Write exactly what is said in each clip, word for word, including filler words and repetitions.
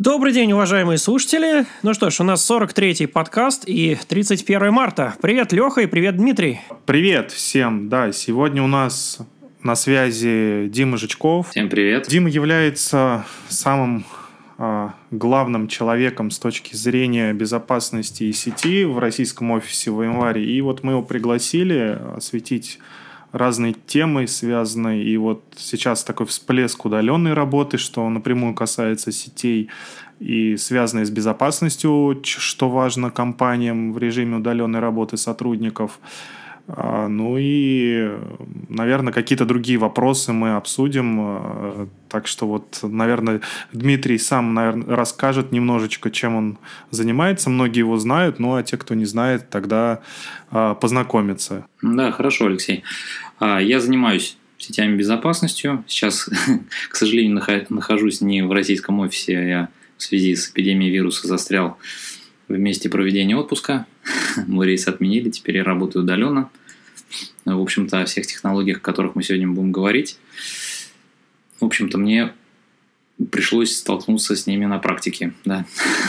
Добрый день, уважаемые слушатели. Ну что ж, у нас сорок третий подкаст и тридцать первое марта. Привет, Леха, и привет, Дмитрий. Привет всем. Да, сегодня у нас на связи Дима Жичков. Всем привет. Дима является самым а, главным человеком с точки зрения безопасности и сети в российском офисе в январе. И вот мы его пригласили осветить разные темы связанные, и вот сейчас такой всплеск удаленной работы, что напрямую касается сетей и связанные с безопасностью, что важно компаниям в режиме удаленной работы сотрудников. Ну и, наверное, какие-то другие вопросы мы обсудим. Так что вот, наверное, Дмитрий сам, наверное, расскажет немножечко, чем он занимается. Многие его знают, ну а те, кто не знает, тогда познакомятся. Да, хорошо, Алексей. Я занимаюсь сетями безопасностью. Сейчас, к сожалению, нахожусь не в российском офисе, а я в связи с эпидемией вируса застрял в месте проведения отпуска. Мой рейс отменили, теперь я работаю удаленно. В общем-то, о всех технологиях, о которых мы сегодня будем говорить. В общем-то, мне пришлось столкнуться с ними на практике, да.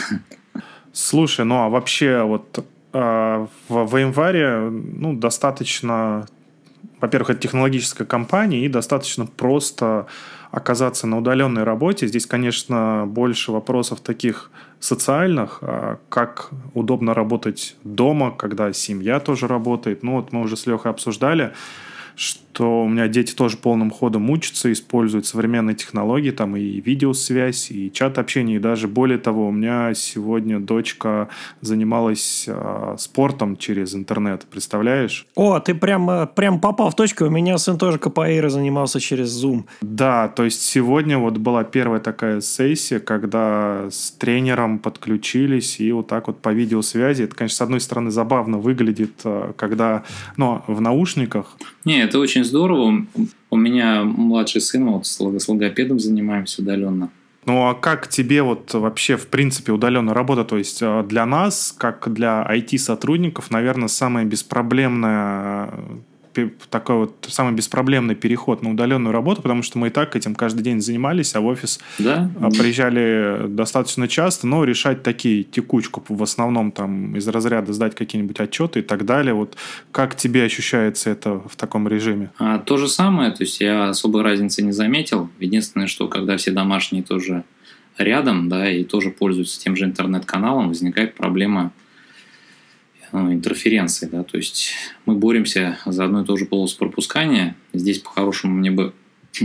Слушай, ну а вообще вот э, в, в январе ну, достаточно... Во-первых, это технологическая компания, и достаточно просто оказаться на удаленной работе. Здесь, конечно, больше вопросов таких социальных, как удобно работать дома, когда семья тоже работает. Ну вот мы уже с Лехой обсуждали, что у меня дети тоже полным ходом учатся, используют современные технологии, там и видеосвязь, и чат-общение, и даже более того, у меня сегодня дочка занималась э, спортом через интернет, представляешь? О, ты прям, прям попал в точку, у меня сын тоже капоэйрой занимался через Zoom. Да, то есть сегодня вот была первая такая сессия, когда с тренером подключились, и вот так вот по видеосвязи. Это, конечно, с одной стороны забавно выглядит, когда, ну, в наушниках. Не, это очень здорово. У меня младший сын, вот с логопедом занимаемся удаленно. Ну, а как тебе вот вообще, в принципе, удаленная работа? То есть для нас, как для ай ти-сотрудников, наверное, самая беспроблемная... такой вот самый беспроблемный переход на удаленную работу, потому что мы и так этим каждый день занимались, а в офис да? приезжали достаточно часто, но решать такие текучку в основном там из разряда сдать какие-нибудь отчеты и так далее. Вот как тебе ощущается это в таком режиме? А, то же самое, то есть я особой разницы не заметил. Единственное, что когда все домашние тоже рядом, да, и тоже пользуются тем же интернет-каналом, возникает проблема интерференции, да, то есть мы боремся за одну и ту же полосу пропускания. Здесь, по-хорошему, мне бы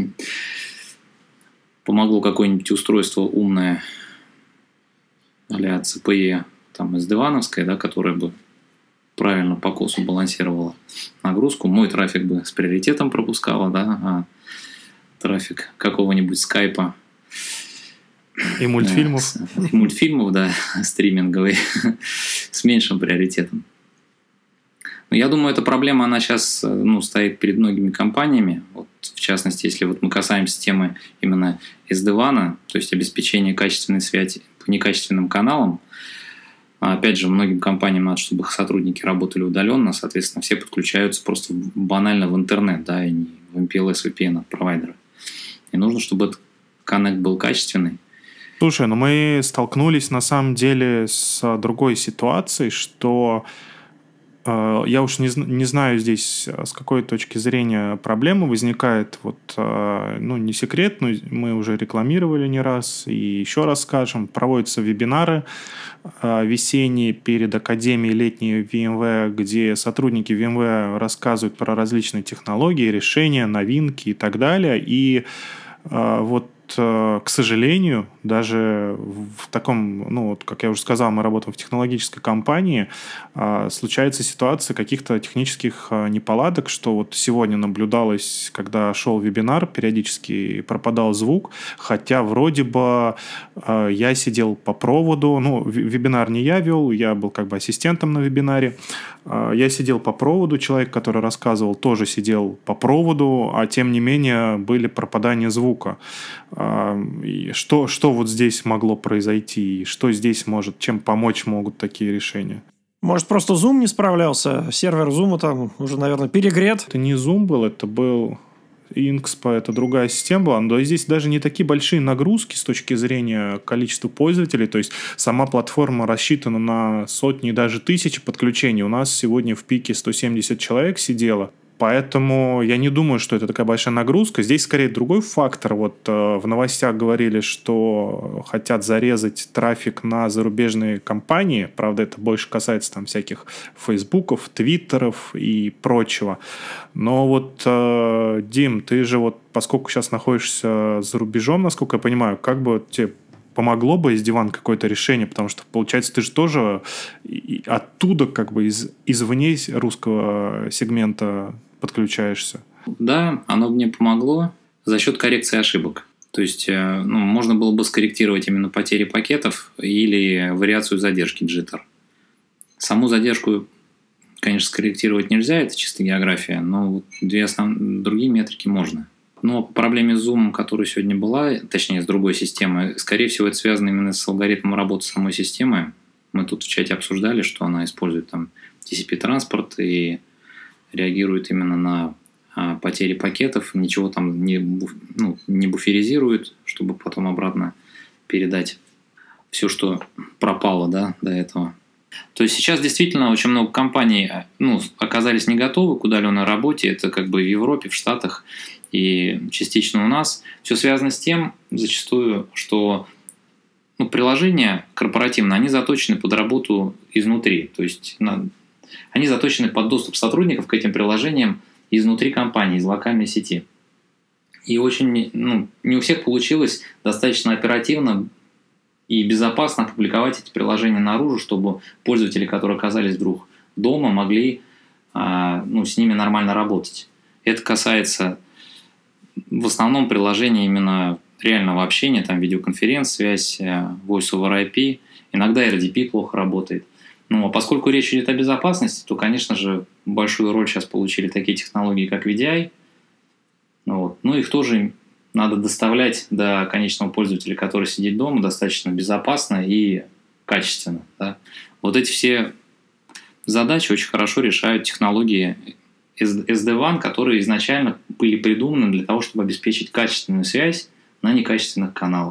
помогло какое-нибудь устройство умное а-ля си пи и, там, эс ди ван-овское, да, которое бы правильно по косу балансировало нагрузку. Мой трафик бы с приоритетом пропускало, да, а трафик какого-нибудь скайпа и мультфильмов. Да, и мультфильмов, да, стриминговый, с меньшим приоритетом. Но я думаю, эта проблема, она сейчас ну, стоит перед многими компаниями. Вот, в частности, если вот мы касаемся темы именно эс ди ван, то есть обеспечения качественной связи по некачественным каналам. Опять же, многим компаниям надо, чтобы их сотрудники работали удаленно, соответственно, все подключаются просто банально в интернет, да, и не в эм пи эл эс ви пи эн от провайдера. И нужно, чтобы этот коннект был качественный. Слушай, ну мы столкнулись на самом деле с другой ситуацией, что э, я уж не, не знаю здесь, с какой точки зрения проблема возникает. Вот, э, ну, не секрет, но мы уже рекламировали не раз и еще раз скажем. Проводятся вебинары э, весенние перед Академией летней ви эм вэ, где сотрудники ви эм вэ рассказывают про различные технологии, решения, новинки и так далее. И э, вот к сожалению, даже в таком, ну, вот, как я уже сказал, мы работаем в технологической компании, случается ситуация каких-то технических неполадок, что вот сегодня наблюдалось, когда шел вебинар, периодически пропадал звук, хотя вроде бы я сидел по проводу, ну, вебинар не я вел, я был как бы ассистентом на вебинаре, я сидел по проводу, человек, который рассказывал, тоже сидел по проводу, а тем не менее были пропадания звука. Что, что вот здесь могло произойти? Что здесь может, чем помочь могут такие решения? Может, просто Zoom не справлялся? Сервер Zoom там уже, наверное, перегрет? Это не Zoom был, это был Inxpo это другая система была, но здесь даже не такие большие нагрузки с точки зрения количества пользователей, то есть сама платформа рассчитана на сотни, даже тысячи подключений. У нас сегодня в пике сто семьдесят человек сидело. Поэтому я не думаю, что это такая большая нагрузка. Здесь скорее другой фактор. Вот э, в новостях говорили, что хотят зарезать трафик на зарубежные компании. Правда, это больше касается там всяких фейсбуков, твиттеров и прочего. Но вот, э, Дим, ты же вот, поскольку сейчас находишься за рубежом, насколько я понимаю, как бы тебе помогло бы из дивана какое-то решение, потому что, получается, ты же тоже оттуда, как бы из, извне русского сегмента подключаешься. Да, оно мне помогло за счет коррекции ошибок. То есть, ну, можно было бы скорректировать именно потери пакетов или вариацию задержки джиттер. Саму задержку, конечно, скорректировать нельзя, это чисто география, но две основные, другие метрики можно. Но по проблеме с Zoom, которая сегодня была, точнее, с другой системой, скорее всего, это связано именно с алгоритмом работы самой системы. Мы тут в чате обсуждали, что она использует там ти си пи-транспорт и реагирует именно на а, потери пакетов, ничего там не, ну, не буферизирует, чтобы потом обратно передать все, что пропало, да, до этого. То есть сейчас действительно очень много компаний, ну, оказались не готовы к удаленной работе. Это как бы в Европе, в Штатах и частично у нас. Все связано с тем, зачастую, что ну, приложения корпоративные, они заточены под работу изнутри. То есть на, они заточены под доступ сотрудников к этим приложениям изнутри компании, из локальной сети. И очень, ну, не у всех получилось достаточно оперативно и безопасно опубликовать эти приложения наружу, чтобы пользователи, которые оказались вдруг дома, могли а, ну, с ними нормально работать. Это касается в основном приложений именно реального общения, там видеоконференц-связь, Voice over ай пи, иногда эр ди пи плохо работает. Ну, а поскольку речь идет о безопасности, то, конечно же, большую роль сейчас получили такие технологии, как ви ди ай. Вот. Ну, их тоже надо доставлять до конечного пользователя, который сидит дома, достаточно безопасно и качественно. Да? Вот эти все задачи очень хорошо решают технологии эс ди ван, которые изначально были придуманы для того, чтобы обеспечить качественную связь на некачественных каналах.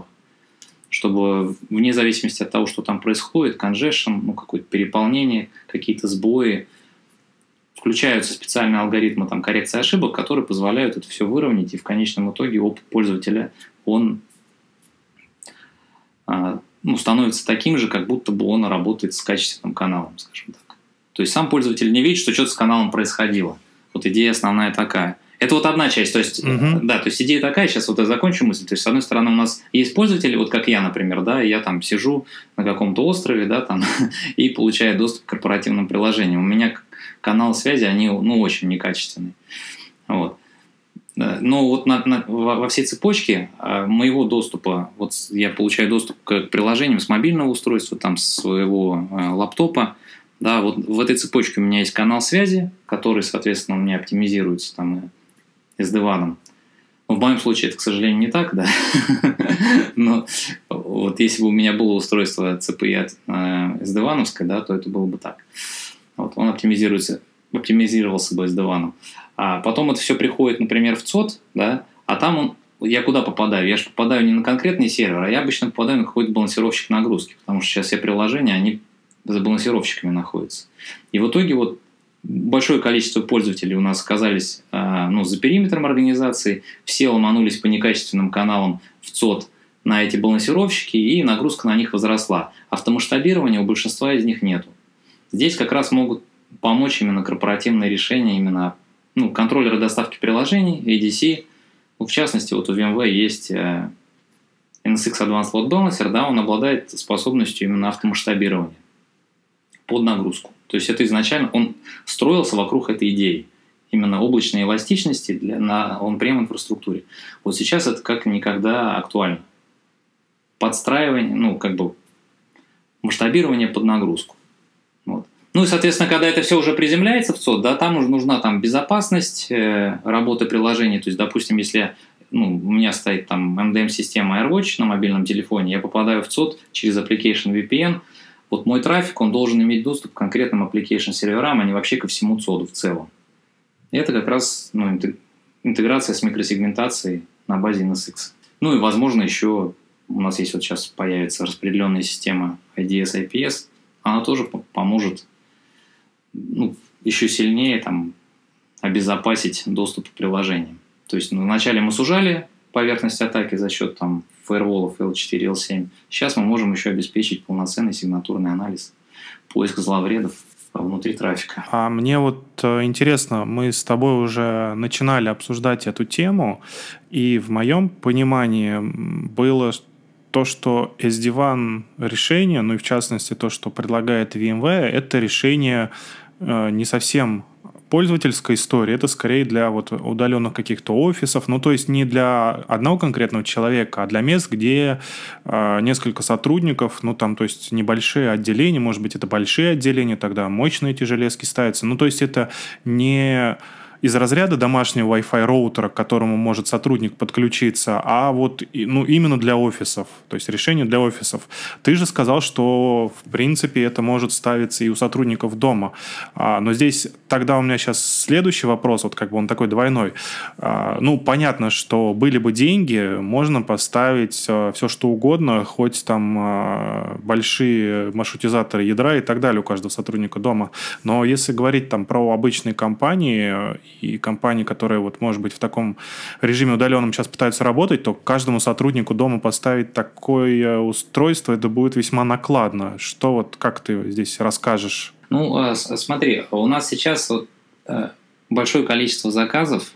Чтобы вне зависимости от того, что там происходит, congestion, ну, какое-то переполнение, какие-то сбои, включаются специальные алгоритмы там, коррекции ошибок, которые позволяют это все выровнять, и в конечном итоге опыт пользователя, он а, ну, становится таким же, как будто бы он работает с качественным каналом, скажем так. То есть сам пользователь не видит, что что-то с каналом происходило. Вот идея основная такая. Это вот одна часть, то есть, uh-huh. да, то есть идея такая, сейчас вот я закончу мысль, то есть, с одной стороны, у нас есть пользователи, вот как я, например, да, и я там сижу на каком-то острове, да, там, и получаю доступ к корпоративным приложениям. У меня каналы связи, они, ну, очень некачественные. Вот. Но вот на, на, во всей цепочке моего доступа, вот я получаю доступ к приложениям с мобильного устройства, там, с своего лаптопа, да, вот в этой цепочке у меня есть канал связи, который, соответственно, у меня оптимизируется там эс ди ван. В моем случае это, к сожалению, не так, да. Но вот если бы у меня было устройство си пи ай эс ди ван-овское, да, то это было бы так. Вот, он оптимизируется, оптимизировался бы эс ди ван. А потом это все приходит, например, в цот, да, а там он, я куда попадаю? Я же попадаю не на конкретный сервер, а я обычно попадаю на какой-то балансировщик нагрузки, потому что сейчас все приложения, они за балансировщиками находятся. И в итоге вот большое количество пользователей у нас оказались ну, за периметром организации, все ломанулись по некачественным каналам в цот на эти балансировщики, и нагрузка на них возросла. Автомасштабирования у большинства из них нету. Здесь как раз могут помочь именно корпоративные решения, именно ну, контроллеры доставки приложений, эй ди си. Ну, в частности, вот у ви эм вэй есть эн эс икс Advanced Load Balancer, да, он обладает способностью именно автомасштабирования под нагрузку. То есть это изначально он строился вокруг этой идеи. Именно облачной эластичности для, на он-прем инфраструктуре. Вот сейчас это как никогда актуально. Подстраивание, ну, как бы масштабирование под нагрузку. Вот. Ну и, соответственно, когда это все уже приземляется в цот, да, там уже нужна там, безопасность э, работы приложений. То есть, допустим, если ну, у меня стоит там эм ди эм-система AirWatch на мобильном телефоне, я попадаю в цот через application ви пи эн. Вот мой трафик, он должен иметь доступ к конкретным application серверам, а не вообще ко всему цоду в целом. И это как раз ну, интеграция с микросегментацией на базе эн эс икс. Ну и, возможно, еще у нас есть вот сейчас появится распределенная система ай ди эс ай пи эс. Она тоже поможет ну, еще сильнее там, обезопасить доступ к приложениям. То есть ну, вначале мы сужали поверхность атаки за счет там, фаерволов эл четыре, эл семь. Сейчас мы можем еще обеспечить полноценный сигнатурный анализ, поиск зловредов внутри трафика. А мне вот интересно, мы с тобой уже начинали обсуждать эту тему, и в моем понимании было то, что эс ди ван решение, ну и в частности то, что предлагает VMware, это решение э, не совсем пользовательская история, это скорее для вот удаленных каких-то офисов, ну то есть не для одного конкретного человека, а для мест, где э, несколько сотрудников, ну там то есть небольшие отделения, может быть это большие отделения, тогда мощные эти железки ставятся, ну то есть это не из разряда домашнего Wi-Fi роутера, к которому может сотрудник подключиться, а вот ну, именно для офисов, то есть решение для офисов. Ты же сказал, что в принципе это может ставиться и у сотрудников дома. А, но здесь тогда у меня сейчас следующий вопрос, вот как бы он такой двойной. А, ну, понятно, что были бы деньги, можно поставить а, все что угодно, хоть там а, большие маршрутизаторы ядра и так далее у каждого сотрудника дома. Но если говорить там про обычные компании и компании, которые, вот, может быть, в таком режиме удаленном сейчас пытаются работать, то каждому сотруднику дома поставить такое устройство, это будет весьма накладно. Что вот, как ты здесь расскажешь? Ну, смотри, у нас сейчас вот большое количество заказов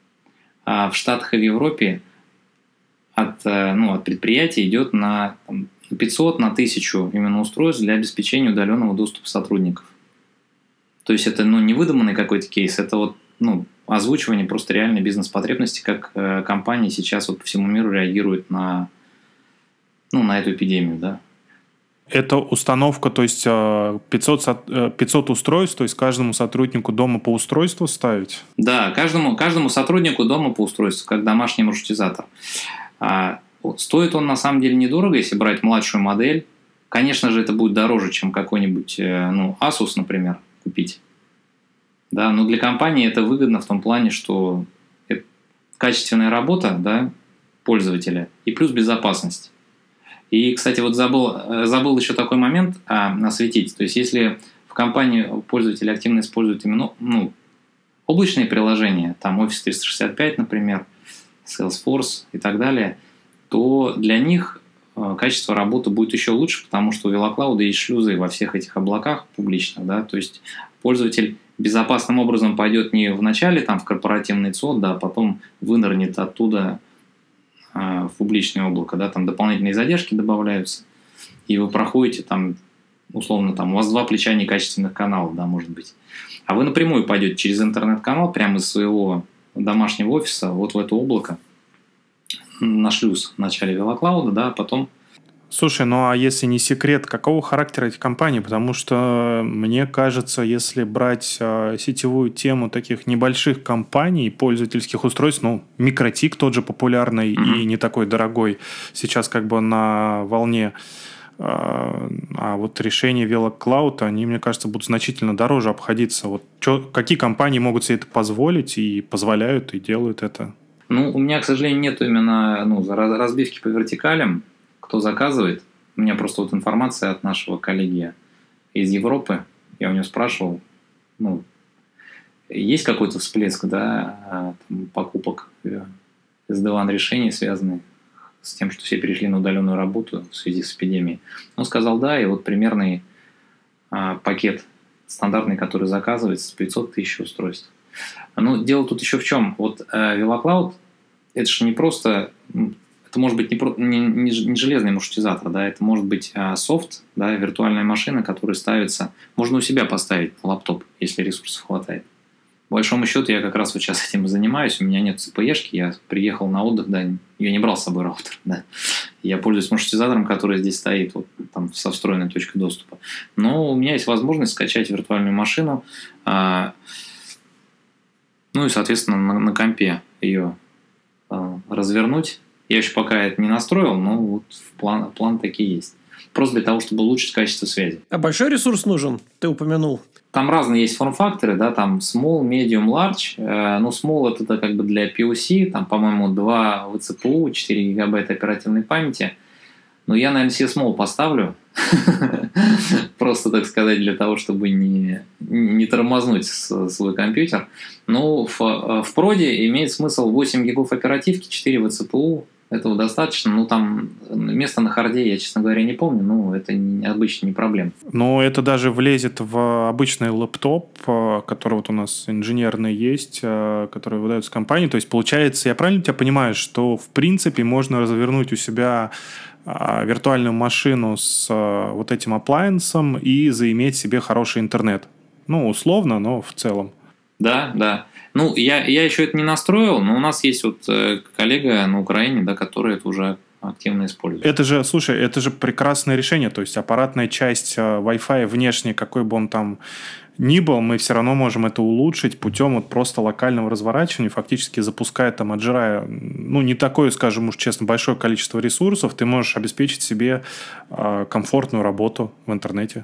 в Штатах и в Европе от, ну, от предприятий идет на там, пятьсот, на тысячу именно устройств для обеспечения удаленного доступа сотрудников. То есть это ну, не выдуманный какой-то кейс, это вот ну, озвучивание просто реальной бизнес-потребности, как э, компании сейчас вот по всему миру реагируют на, ну, на эту эпидемию, да. Это установка, то есть пятьсот, пятьсот устройств, то есть каждому сотруднику дома по устройству ставить? Да, каждому, каждому сотруднику дома по устройству, как домашний маршрутизатор. А, стоит он на самом деле недорого, если брать младшую модель. Конечно же, это будет дороже, чем какой-нибудь ну, Asus, например, купить. Да, но для компании это выгодно в том плане, что это качественная работа да, пользователя и плюс безопасность. И, кстати, вот забыл, забыл еще такой момент а, осветить. То есть, если в компании пользователи активно используют именно ну, облачные приложения, там Office триста шестьдесят пять, например, Salesforce и так далее, то для них качество работы будет еще лучше, потому что у VeloCloud есть шлюзы во всех этих облаках публичных. Да? То есть, пользователь безопасным образом пойдет не в начале там, в корпоративный ЦОД, да, а потом вынырнет оттуда э, в публичное облако, да, там дополнительные задержки добавляются, и вы проходите там, условно, там, у вас два плеча некачественных каналов, да, может быть. А вы напрямую пойдете через интернет-канал прямо из своего домашнего офиса вот в это облако на шлюз в начале VeloCloud, да, а потом. Слушай, ну а если не секрет, какого характера эти компании? Потому что мне кажется, если брать э, сетевую тему таких небольших компаний, пользовательских устройств, ну, Микротик тот же популярный mm-hmm. и не такой дорогой, сейчас как бы на волне, э, а вот решения VeloCloud, они, мне кажется, будут значительно дороже обходиться. Вот чё, какие компании могут себе это позволить и позволяют, и делают это? Ну, у меня, к сожалению, нет именно ну, разбивки по вертикалям. Кто заказывает. У меня просто вот информация от нашего коллеги из Европы. Я у него спрашивал, ну, есть какой-то всплеск, да, там, покупок эс ди ван решений, связанных с тем, что все перешли на удаленную работу в связи с эпидемией. Он сказал, да, и вот примерный а, пакет стандартный, который заказывается, пятьсот тысяч устройств. Но дело тут еще в чем? Вот а, VeloCloud, это же не просто... Это может быть не, не, не железный маршрутизатор, да, это может быть а, софт, да, виртуальная машина, которая ставится, можно у себя поставить на лаптоп, если ресурсов хватает. По большому счету я как раз вот сейчас этим и занимаюсь, у меня нет цэ пэ эшки, я приехал на отдых, да, я не брал с собой роутер, да. Я пользуюсь маршрутизатором, который здесь стоит, вот там со встроенной точкой доступа. Но у меня есть возможность скачать виртуальную машину, а, ну и, соответственно, на, на компе ее а, развернуть. Я еще пока это не настроил, но вот план, план такие есть. просто для того, чтобы улучшить качество связи. А большой ресурс нужен, ты упомянул. Там разные есть форм-факторы, да, там small, medium, large. Э, ну, small это, это как бы для пи о си, там, по-моему, два ви ци пи ю, четыре гигабайта оперативной памяти. Но я, наверное, себе small поставлю. Просто, так сказать, для того, чтобы не, не тормознуть свой компьютер. Ну, в, в проде имеет смысл восемь гигов оперативки, четыре ви ци пи ю. Этого достаточно. Ну, там место на харде, я, честно говоря, не помню. Ну, это не, обычно не проблема. Но это даже влезет в обычный лэптоп, который вот у нас инженерный есть, который выдается компании. То есть, получается, я правильно тебя понимаю, что, в принципе, можно развернуть у себя виртуальную машину с вот этим апплайенсом и заиметь себе хороший интернет? Ну, условно, но в целом. Да, да. Ну, я, я еще это не настроил, но у нас есть вот коллега на Украине, да, который это уже активно использует. Это же, слушай, это же прекрасное решение. То есть, аппаратная часть Wi-Fi внешне, какой бы он там ни был, мы все равно можем это улучшить путем вот просто локального разворачивания, фактически запуская там, отжирая, ну, не такое, скажем уж честно, большое количество ресурсов, ты можешь обеспечить себе э, комфортную работу в интернете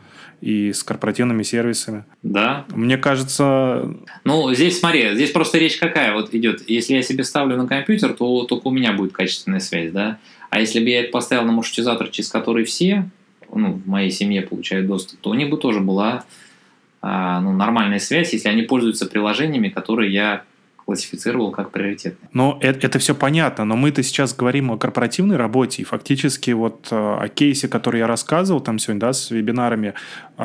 и с корпоративными сервисами. Да. Мне кажется... Ну, здесь, смотри, здесь просто речь какая вот идет. Если я себе ставлю на компьютер, то только у меня будет качественная связь, да. А если бы я это поставил на маршрутизатор, через который все, ну, в моей семье получают доступ, то у них бы тоже была а, ну, нормальная связь, если они пользуются приложениями, которые я классифицировал как приоритетные. Но это, это все понятно, но мы-то сейчас говорим о корпоративной работе, и фактически вот о кейсе, который я рассказывал там сегодня, да, с вебинарами,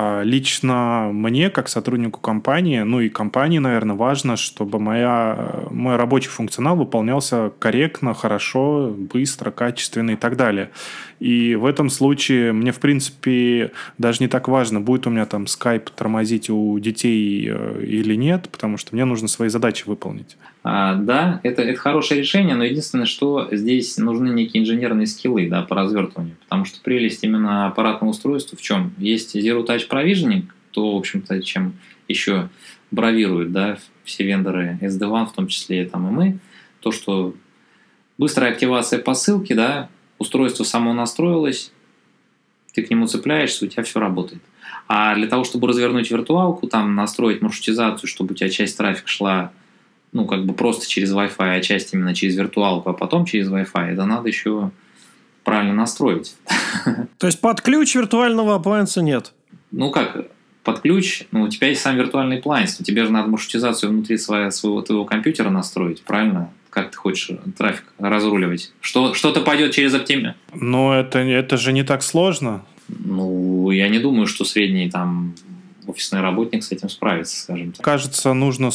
лично мне, как сотруднику компании, ну и компании, наверное, важно, чтобы моя, мой рабочий функционал выполнялся корректно, хорошо, быстро, качественно и так далее. И в этом случае мне, в принципе, даже не так важно, будет у меня там Skype тормозить у детей или нет, потому что мне нужно свои задачи выполнить. А, да, это, это хорошее решение, но единственное, что здесь нужны некие инженерные скиллы, да, по развертыванию, потому что прелесть именно аппаратного устройства в чем? Есть Zero Touch Provisioning, то, в общем-то, чем еще бравируют, да, все вендоры эс ди ван, в том числе там и мы, то, что быстрая активация по ссылке, да, устройство само настроилось, ты к нему цепляешься, у тебя все работает. А для того, чтобы развернуть виртуалку, там, настроить маршрутизацию, чтобы у тебя часть трафика шла, ну, как бы просто через Wi-Fi, а часть именно через виртуалку, а потом через Wi-Fi, это надо еще правильно настроить. То есть под ключ виртуального апплайенса нет? Ну, как, под ключ, ну, у тебя есть сам виртуальный апплайенс, но тебе же надо маршрутизацию внутри своего, своего твоего компьютера настроить, правильно? Как ты хочешь трафик разруливать? Что, что-то пойдет через оптимизацию? Но это, это же не так сложно. Ну, я не думаю, что средний там офисный работник с этим справится, скажем так. Кажется, нужно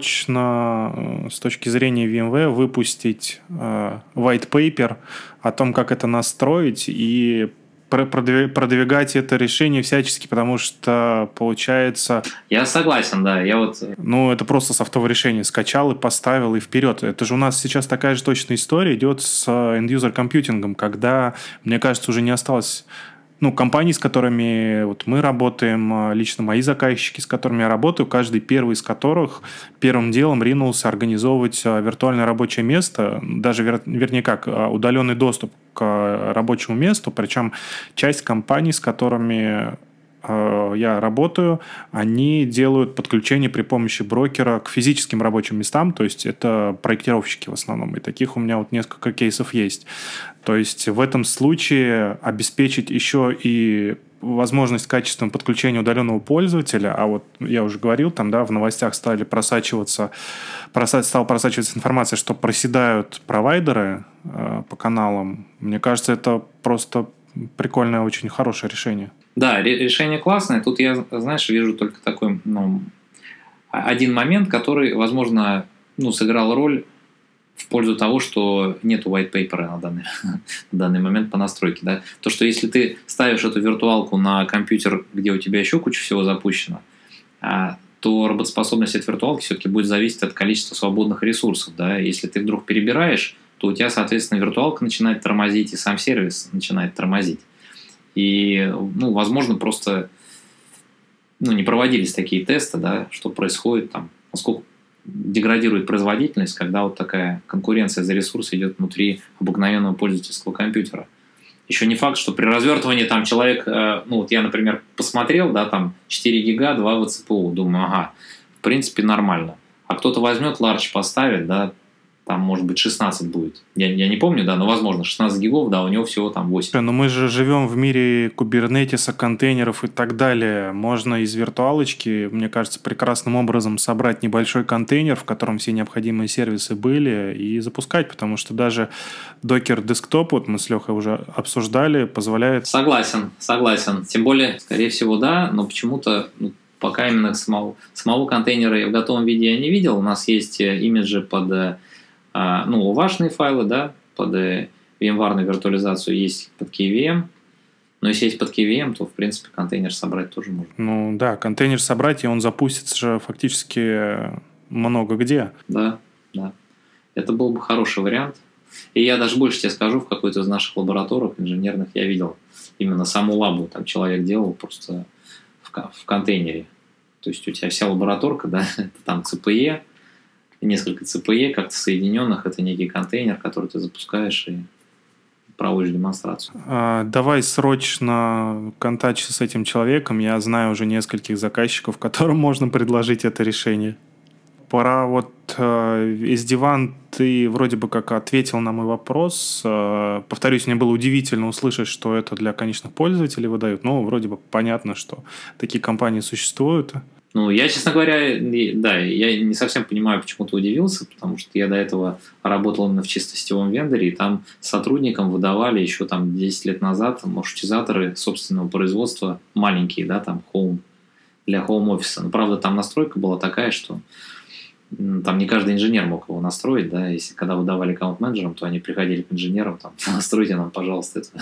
срочно с точки зрения ви эм вэй выпустить э, white paper о том, как это настроить, и продвигать это решение всячески, потому что получается... Я согласен, да. Я вот... Ну, это просто софтовое решение. Скачал и поставил, и вперед. Это же у нас сейчас такая же точная история идет с end-user компьютингом, когда, мне кажется, уже не осталось... Ну, компании, с которыми вот мы работаем, лично мои заказчики, с которыми я работаю, каждый первый из которых первым делом ринулся организовывать виртуальное рабочее место, даже, вер, вернее как, удаленный доступ к рабочему месту, причем часть компаний, с которыми э, я работаю, они делают подключение при помощи брокера к физическим рабочим местам, то есть это проектировщики в основном, и таких у меня вот несколько кейсов есть. То есть в этом случае обеспечить еще и возможность качественного подключения удаленного пользователя, а вот я уже говорил, там, да, в новостях стали просачиваться, проса, стала просачиваться информация, что проседают провайдеры э, по каналам. Мне кажется, это просто прикольное, очень хорошее решение. Да, решение классное. Тут я, знаешь, вижу только такой, ну, один момент, который, возможно, ну, сыграл роль в пользу того, что нету white paper на данный, на данный момент по настройке. Да? То, что если ты ставишь эту виртуалку на компьютер, где у тебя еще куча всего запущено, то работоспособность этой виртуалки все-таки будет зависеть от количества свободных ресурсов. Да? Если ты вдруг перебираешь, то у тебя, соответственно, виртуалка начинает тормозить, и сам сервис начинает тормозить. И, ну, возможно, просто ну, не проводились такие тесты, да, что происходит там, насколько деградирует производительность, когда вот такая конкуренция за ресурсы идет внутри обыкновенного пользовательского компьютера. Еще не факт, что при развертывании там человек, ну вот я, например, посмотрел, да, там четыре гига, два в цэ пэ у, думаю, ага, в принципе нормально. А кто-то возьмет, ларч поставит, да, там, может быть, шестнадцать будет. Я, я не помню, да, но, возможно, шестнадцать гигов, да, у него всего там восемь. Но мы же живем в мире кубернетиса, контейнеров и так далее. Можно из виртуалочки, мне кажется, прекрасным образом собрать небольшой контейнер, в котором все необходимые сервисы были, и запускать, потому что даже Docker Desktop, вот мы с Лехой уже обсуждали, позволяет... Согласен, согласен. Тем более, скорее всего, да, но почему-то... Ну, пока именно самого, самого контейнера в готовом виде я не видел. У нас есть имиджи под... Ну, важные файлы, да, под VMware виртуализацию есть под кей ви эм, но если есть под кей ви эм, то, в принципе, контейнер собрать тоже можно. Ну, да, контейнер собрать, и он запустится же фактически много где. Да, да. Это был бы хороший вариант. И я даже больше тебе скажу, в какой-то из наших лабораторий инженерных я видел именно саму лабу, там человек делал просто в, в контейнере. То есть у тебя вся лабораторка, да, это там цэ пэ е, несколько цэ пэ е как-то соединенных, это некий контейнер, который ты запускаешь и проводишь демонстрацию. А, давай срочно контачься с этим человеком. Я знаю уже нескольких заказчиков, которым можно предложить это решение. Пора вот э, эс ди ван, ты вроде бы как ответил на мой вопрос. Э, повторюсь, мне было удивительно услышать, что это для конечных пользователей выдают. Но вроде бы понятно, что такие компании существуют. Ну, я, честно говоря, да, я не совсем понимаю, почему ты удивился, потому что я до этого работал именно в чисто сетевом вендоре, и там сотрудникам выдавали еще там десять лет назад маршрутизаторы собственного производства, маленькие, да, там, home, для хоум-офиса. Но, правда, там настройка была такая, что там не каждый инженер мог его настроить, да, если когда выдавали аккаунт-менеджерам, то они приходили к инженерам, там, настройте нам, пожалуйста, это...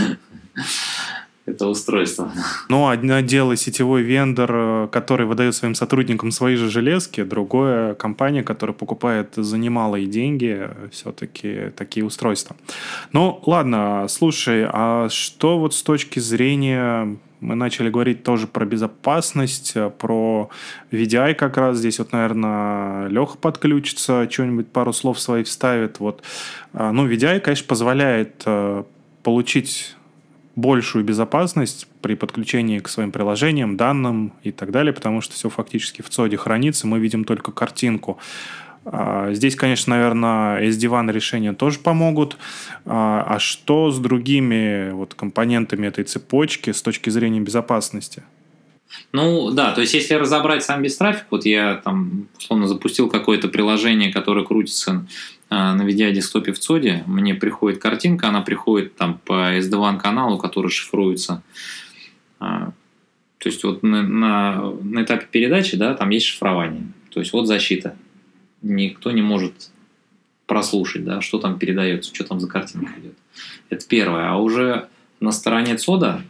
Это устройство. Ну, одно дело сетевой вендор, который выдает своим сотрудникам свои же железки, другое компания, которая покупает за немалые деньги все-таки такие устройства. Ну, ладно, слушай, а что вот с точки зрения... Мы начали говорить тоже про безопасность, про ви ди ай как раз. Здесь вот, наверное, Леха подключится, что-нибудь пару слов своих вставит. Вот. Ну, ви ди ай, конечно, позволяет получить большую безопасность при подключении к своим приложениям, данным и так далее, потому что все фактически в цоде хранится, мы видим только картинку. Здесь, конечно, наверное, эс ди ван решения тоже помогут. А что с другими вот компонентами этой цепочки с точки зрения безопасности? Ну, да, то есть, если разобрать сам без трафик, вот я там, условно, запустил какое-то приложение, которое крутится на ви ди ай-десктопе в цоде, мне приходит картинка, она приходит там по эс ди ван каналу, который шифруется. То есть, вот на, на, на этапе передачи, да, там есть шифрование. То есть, вот защита. Никто не может прослушать, да, что там передается, что там за картинка идет. Это первое. А уже на стороне цода,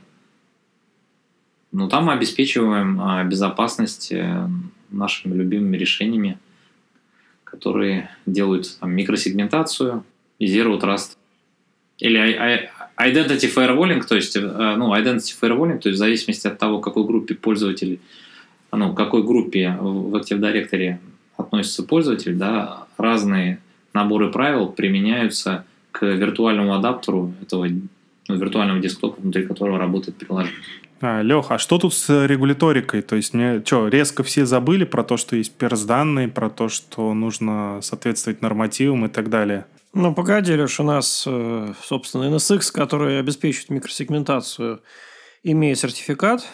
ну, там мы обеспечиваем безопасность нашими любимыми решениями, которые делают там микросегментацию и Zero Trust. Или Identity Firewalling, то есть, ну, Identity Firewalling, то есть в зависимости от того, к какой группе пользователей, ну, к какой группе в Active Directory относится пользователь, да, разные наборы правил применяются к виртуальному адаптеру этого, ну, виртуального десктопа, внутри которого работает приложение. А, Лех, а что тут с регуляторикой? То есть, мне что, резко все забыли про то, что есть перс-данные, про то, что нужно соответствовать нормативам и так далее? Ну, погоди, Леш, у нас, собственно, эн эс икс, который обеспечивает микросегментацию, имеет сертификат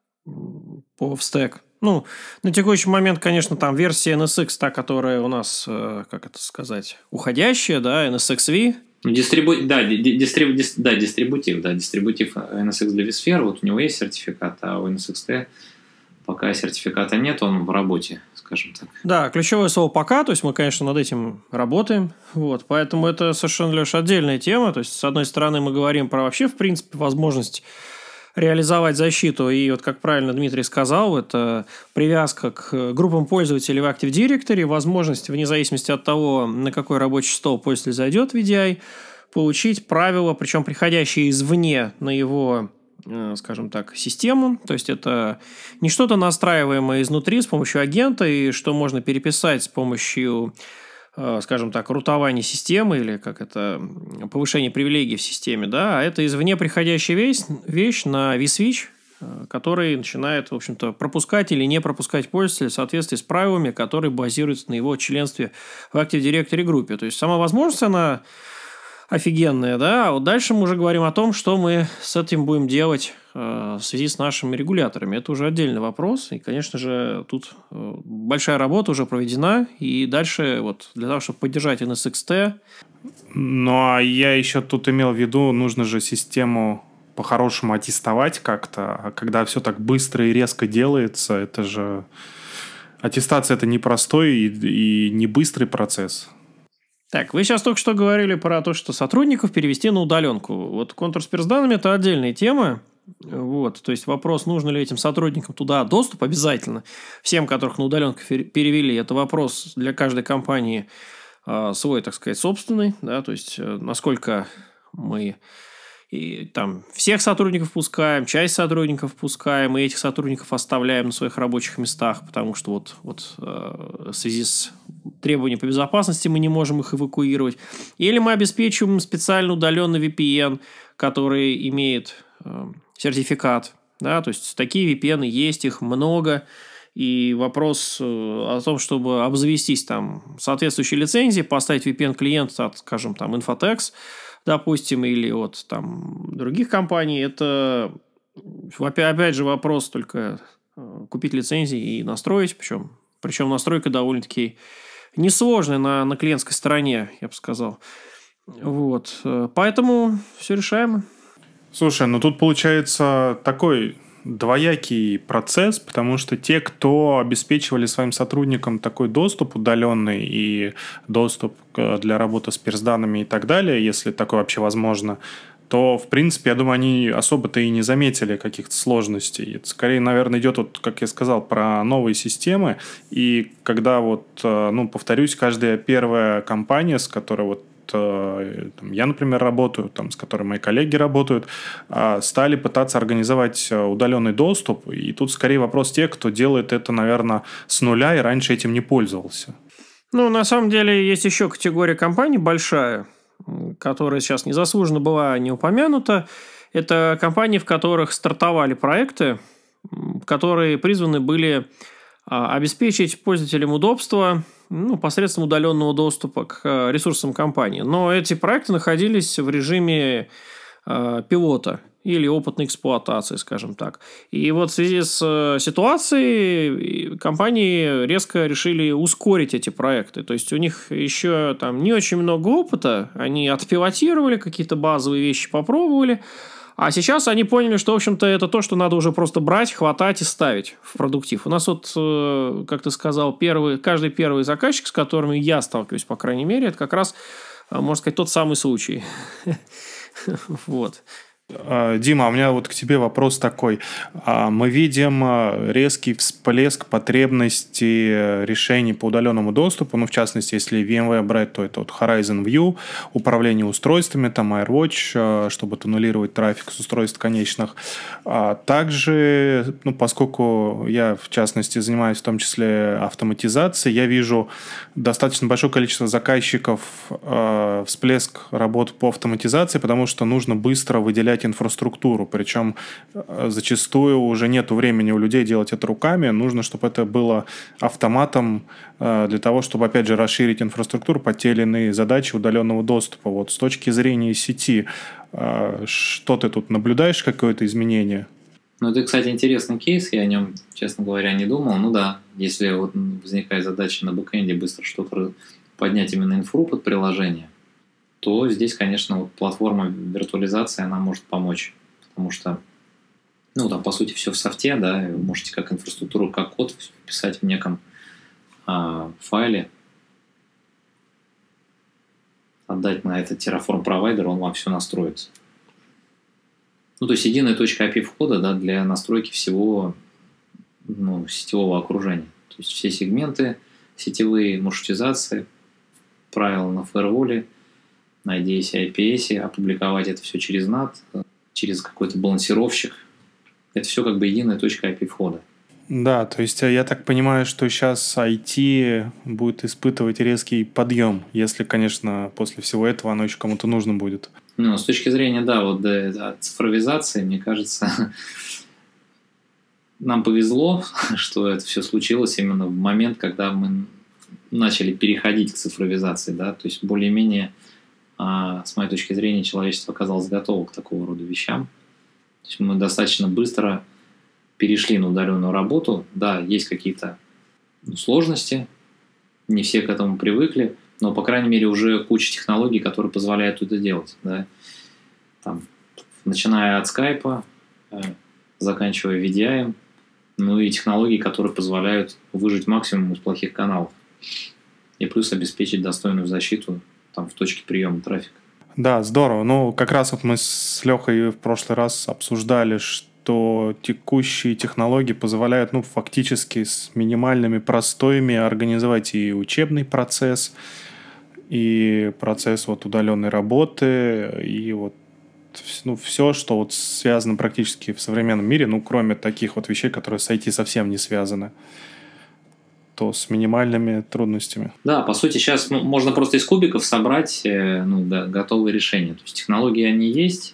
по эф стэк. Ну, на текущий момент, конечно, там версия эн эс икс, та, которая у нас, как это сказать, уходящая, да, эн эс икс ви. Дистрибу... Да, дистрибу... да, дистрибутив, да, дистрибутив эн эс икс для vSphere, вот у него есть сертификат, а у эн эс икс ти пока сертификата нет, он в работе, скажем так. Да, ключевое слово «пока», то есть мы, конечно, над этим работаем, вот, поэтому это совершенно, Леш, отдельная тема, то есть, с одной стороны, мы говорим про вообще, в принципе, возможность реализовать защиту, и вот, как правильно Дмитрий сказал, это привязка к группам пользователей в Active Directory, возможность, вне зависимости от того, на какой рабочий стол пользователь зайдет в ви ди ай, получить правила, причем приходящие извне на его, скажем так, систему. То есть, это не что-то настраиваемое изнутри с помощью агента, и что можно переписать с помощью скажем так, рутование системы или как это, повышение привилегий в системе, да, а это извне приходящая вещь, вещь на vSwitch, который начинает, в общем-то, пропускать или не пропускать пользователя в соответствии с правилами, которые базируются на его членстве в Active Directory группе. То есть, сама возможность, она офигенная, да, а вот дальше мы уже говорим о том, что мы с этим будем делать э, в связи с нашими регуляторами. Это уже отдельный вопрос, и, конечно же, тут э, большая работа уже проведена, и дальше вот для того, чтобы поддержать эн эс икс ти... Ну, а я еще тут имел в виду, нужно же систему по-хорошему аттестовать как-то, а когда все так быстро и резко делается, это же... Аттестация – это непростой и, и не быстрый процесс. Так, вы сейчас только что говорили про то, что сотрудников перевести на удаленку. Вот контур-спир с данными – это отдельная тема. Вот, то есть вопрос, нужно ли этим сотрудникам туда доступ, обязательно. Всем, которых на удаленку перевели, это вопрос для каждой компании э, свой, так сказать, собственный. Да, то есть, э, насколько мы... И там всех сотрудников пускаем, часть сотрудников пускаем, и этих сотрудников оставляем на своих рабочих местах, потому что вот, вот э, в связи с требованиями по безопасности мы не можем их эвакуировать. Или мы обеспечиваем специально удаленный ви пи эн, который имеет э, сертификат. Да? То есть такие ви пи эн есть, их много. И вопрос о том, чтобы обзавестись там соответствующей лицензией, поставить ви пи эн-клиент от, скажем, там, Infotex, допустим, или от там, других компаний, это, опять же, вопрос только купить лицензии и настроить, причем, причем настройка довольно-таки несложная на, на клиентской стороне, я бы сказал. Вот. Поэтому все решаемо. Слушай, ну тут получается такой двоякий процесс, потому что те, кто обеспечивали своим сотрудникам такой доступ удаленный и доступ для работы с пирс-данными и так далее, если такое вообще возможно, то, в принципе, я думаю, они особо-то и не заметили каких-то сложностей. Это скорее, наверное, идет, вот, как я сказал, про новые системы. И когда, вот, ну, повторюсь, каждая первая компания, с которой вот там, я, например, работаю, там, с которой мои коллеги работают, стали пытаться организовать удаленный доступ. И тут скорее вопрос тех, кто делает это, наверное, с нуля и раньше этим не пользовался. Ну, на самом деле, есть еще категория компаний большая, которая сейчас незаслуженно была не упомянута. Это компании, в которых стартовали проекты, которые призваны были обеспечить пользователям удобство, ну, посредством удаленного доступа к ресурсам компании. Но эти проекты находились в режиме э, пилота или опытной эксплуатации, скажем так. И вот в связи с ситуацией компании резко решили ускорить эти проекты. То есть у них еще там не очень много опыта, они отпилотировали, какие-то базовые вещи попробовали. А сейчас они поняли, что, в общем-то, это то, что надо уже просто брать, хватать и ставить в продуктив. У нас вот, как ты сказал, первый, каждый первый заказчик, с которым я сталкиваюсь, по крайней мере, это как раз, можно сказать, тот самый случай. Вот. Дима, у меня вот к тебе вопрос такой. Мы видим резкий всплеск потребностей решений по удаленному доступу. Ну, в частности, если VMware брать, то это вот Horizon View, управление устройствами, там AirWatch, чтобы туннелировать трафик с устройств конечных. Также, ну, поскольку я, в частности, занимаюсь в том числе автоматизацией, я вижу достаточно большое количество заказчиков, всплеск работ по автоматизации, потому что нужно быстро выделять инфраструктуру, причем зачастую уже нет времени у людей делать это руками, нужно, чтобы это было автоматом для того, чтобы, опять же, расширить инфраструктуру под те или иные задачи удаленного доступа. Вот с точки зрения сети, что ты тут наблюдаешь, какое-то изменение? Ну, это, кстати, интересный кейс, я о нем, честно говоря, не думал. Ну да, если вот возникает задача на бэкэнде быстро что-то поднять именно инфру под приложение, то здесь, конечно, вот платформа виртуализации, она может помочь. Потому что, ну, там, по сути, все в софте, да, вы можете как инфраструктуру, как код писать в неком а, файле, отдать на этот Terraform провайдер, он вам все настроится. Ну, то есть, единая точка эй пи ай входа, да, для настройки всего, ну, сетевого окружения. То есть, все сегменты сетевые, маршрутизации, правила на фаерволе, на ай ди эс, ай пи эс, опубликовать это все через нат, через какой-то балансировщик. Это все как бы единая точка эй пи ай входа. Да, то есть я так понимаю, что сейчас ай ти будет испытывать резкий подъем, если, конечно, после всего этого оно еще кому-то нужно будет. Ну, с точки зрения, да, вот да, цифровизации, мне кажется, нам повезло, что это все случилось именно в момент, когда мы начали переходить к цифровизации, да, то есть более-менее, а, с моей точки зрения, человечество оказалось готово к такого рода вещам. То есть мы достаточно быстро перешли на удаленную работу. Да, есть какие-то ну, сложности, не все к этому привыкли, но, по крайней мере, уже куча технологий, которые позволяют это делать. Да. Там, начиная от скайпа, э, заканчивая ви ди ай, ну и технологии, которые позволяют выжать максимум из плохих каналов. И плюс обеспечить достойную защиту там, в точке приема трафика. Да, здорово. Ну, как раз вот мы с Лехой в прошлый раз обсуждали, что текущие технологии позволяют, ну, фактически с минимальными простоями организовать и учебный процесс, и процесс вот удаленной работы, и вот ну, все, что вот связано практически в современном мире, ну, кроме таких вот вещей, которые с ай ти совсем не связаны, то с минимальными трудностями. Да, по сути, сейчас можно просто из кубиков собрать ну, да, готовые решения. То есть технологии, они есть,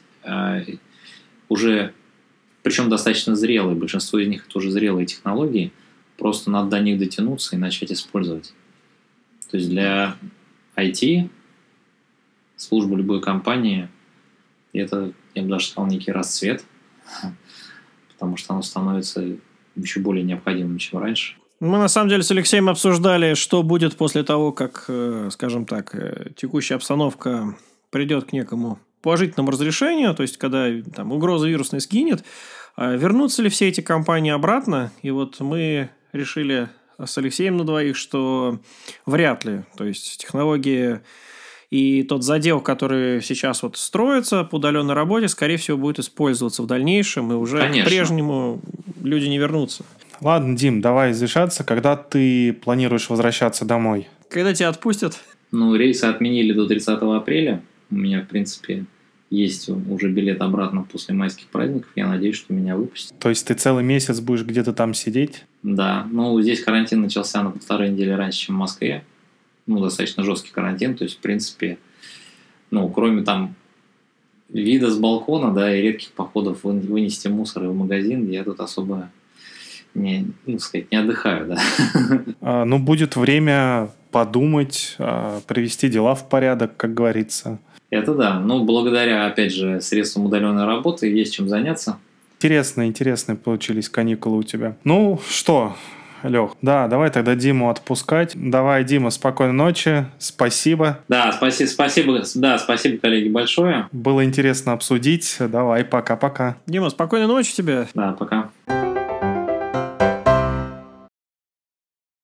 уже, причем достаточно зрелые, большинство из них это уже зрелые технологии, просто надо до них дотянуться и начать использовать. То есть для ай ти, службы любой компании, это, я бы даже сказал, некий расцвет, потому что оно становится еще более необходимым, чем раньше. Мы, на самом деле, с Алексеем обсуждали, что будет после того, как, скажем так, текущая обстановка придет к некому положительному разрешению, то есть, когда там, угроза вирусной сгинет, вернутся ли все эти компании обратно. И вот мы решили с Алексеем на двоих, что вряд ли. То есть, технологии и тот задел, который сейчас вот строится по удаленной работе, скорее всего, будет использоваться в дальнейшем, и уже Конечно. К прежнему люди не вернутся. Ладно, Дим, давай завершаться. Когда ты планируешь возвращаться домой? Когда тебя отпустят? Ну, рейсы отменили до тридцатого апреля. У меня, в принципе, есть уже билет обратно после майских праздников. Я надеюсь, что меня выпустят. То есть ты целый месяц будешь где-то там сидеть? Да. Ну, здесь карантин начался на полторы недели раньше, чем в Москве. Ну, достаточно жесткий карантин. То есть, в принципе, ну, кроме там вида с балкона, да, и редких походов вынести мусор в магазин, я тут особо не, ну, сказать, не отдыхаю, да. А, ну, будет время подумать, а, привести дела в порядок, как говорится. Это да. Ну, благодаря, опять же, средствам удаленной работы есть чем заняться. Интересные, интересные получились каникулы у тебя. Ну, что, Лех, да, давай тогда Диму отпускать. Давай, Дима, спокойной ночи, спасибо. Да, спасибо, спасибо, да, спасибо, коллеги, большое. Было интересно обсудить. Давай, пока-пока. Дима, спокойной ночи тебе. Да, пока.